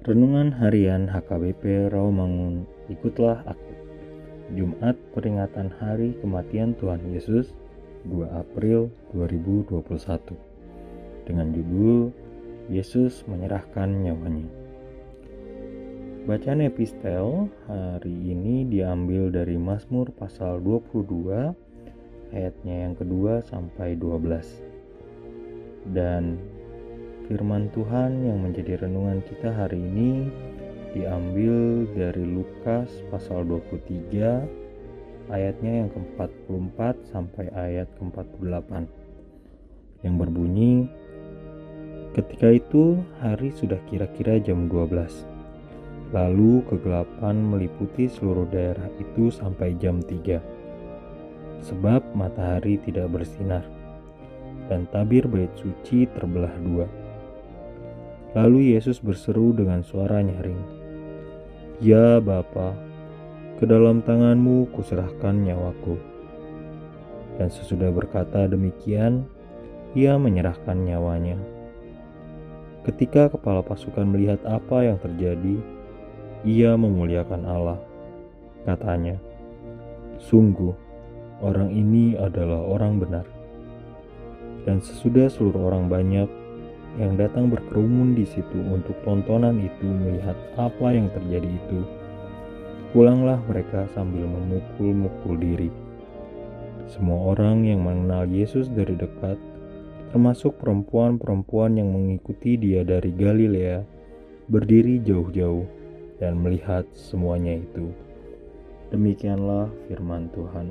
Renungan Harian HKBP Rawamangun, ikutlah aku. Jumat peringatan Hari Kematian Tuhan Yesus 2 April 2021 dengan judul Yesus menyerahkan nyawanya. Bacaan epistel hari ini diambil dari Mazmur pasal 22 ayatnya yang kedua sampai 12. Dan firman Tuhan yang menjadi renungan kita hari ini diambil dari Lukas pasal 23 ayatnya yang ke-44 sampai ayat ke-48 yang berbunyi, ketika itu hari sudah kira-kira jam 12. Lalu kegelapan meliputi seluruh daerah itu sampai jam 3. Sebab matahari tidak bersinar dan tabir bait suci terbelah dua. Lalu Yesus berseru dengan suara nyaring, "Ya Bapa, ke dalam tangan-Mu kuserahkan nyawaku." Dan sesudah berkata demikian, Ia menyerahkan nyawanya. Ketika kepala pasukan melihat apa yang terjadi, ia memuliakan Allah. Katanya, "Sungguh, orang ini adalah orang benar." Dan sesudah seluruh orang banyak yang datang berkerumun di situ untuk tontonan itu melihat apa yang terjadi itu, pulanglah mereka sambil memukul-mukul diri. Semua orang yang mengenal Yesus dari dekat, termasuk perempuan-perempuan yang mengikuti Dia dari Galilea, berdiri jauh-jauh dan melihat semuanya itu. Demikianlah firman Tuhan.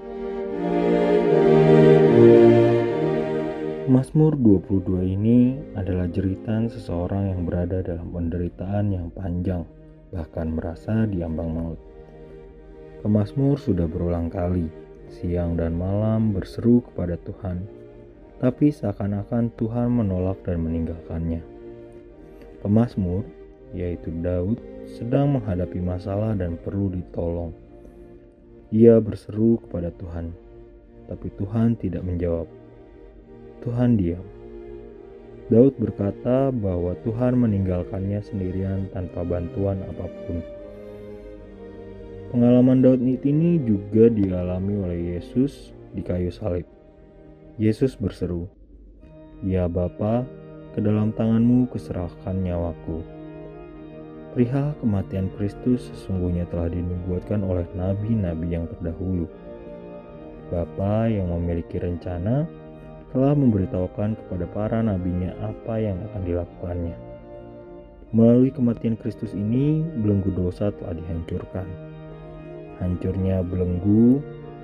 Mazmur 22 ini adalah jeritan seseorang yang berada dalam penderitaan yang panjang, bahkan merasa diambang maut. Pemazmur sudah berulang kali, siang dan malam berseru kepada Tuhan, tapi seakan-akan Tuhan menolak dan meninggalkannya. Pemazmur, yaitu Daud, sedang menghadapi masalah dan perlu ditolong. Ia berseru kepada Tuhan, tapi Tuhan tidak menjawab. Tuhan diam. Daud berkata bahwa Tuhan meninggalkannya sendirian tanpa bantuan apapun. Pengalaman Daud ini juga dialami oleh Yesus di kayu salib. Yesus berseru, "Ya Bapa, ke dalam tangan-Mu kuserahkan nyawaku." Perihal kematian Kristus sesungguhnya telah dinubuatkan oleh nabi-nabi yang terdahulu. Bapa yang memiliki rencana telah memberitahukan kepada para nabinya apa yang akan dilakukannya. Melalui kematian Kristus ini, belenggu dosa telah dihancurkan. Hancurnya belenggu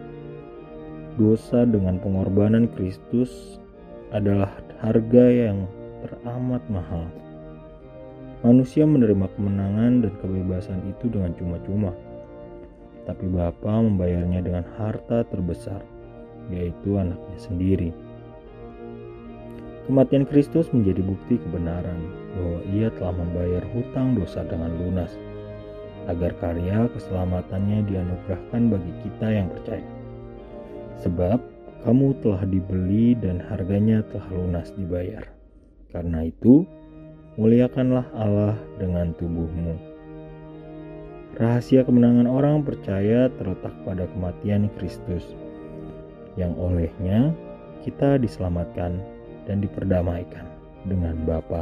dosa dengan pengorbanan Kristus adalah harga yang teramat mahal. Manusia menerima kemenangan dan kebebasan itu dengan cuma-cuma, tapi Bapa membayarnya dengan harta terbesar, yaitu anaknya sendiri. Kematian Kristus menjadi bukti kebenaran bahwa Ia telah membayar hutang dosa dengan lunas, agar karya keselamatannya dianugerahkan bagi kita yang percaya. Sebab kamu telah dibeli dan harganya telah lunas dibayar. Karena itu, muliakanlah Allah dengan tubuhmu. Rahasia kemenangan orang percaya terletak pada kematian Kristus, yang olehnya kita diselamatkan dan diperdamaikan dengan Bapa.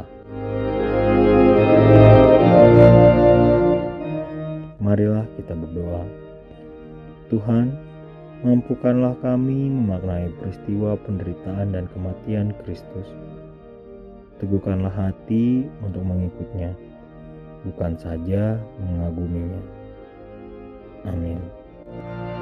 Marilah kita berdoa. Tuhan, mampukanlah kami memaknai peristiwa penderitaan dan kematian Kristus. Teguhkanlah hati untuk mengikutnya, bukan saja mengaguminya. Amin.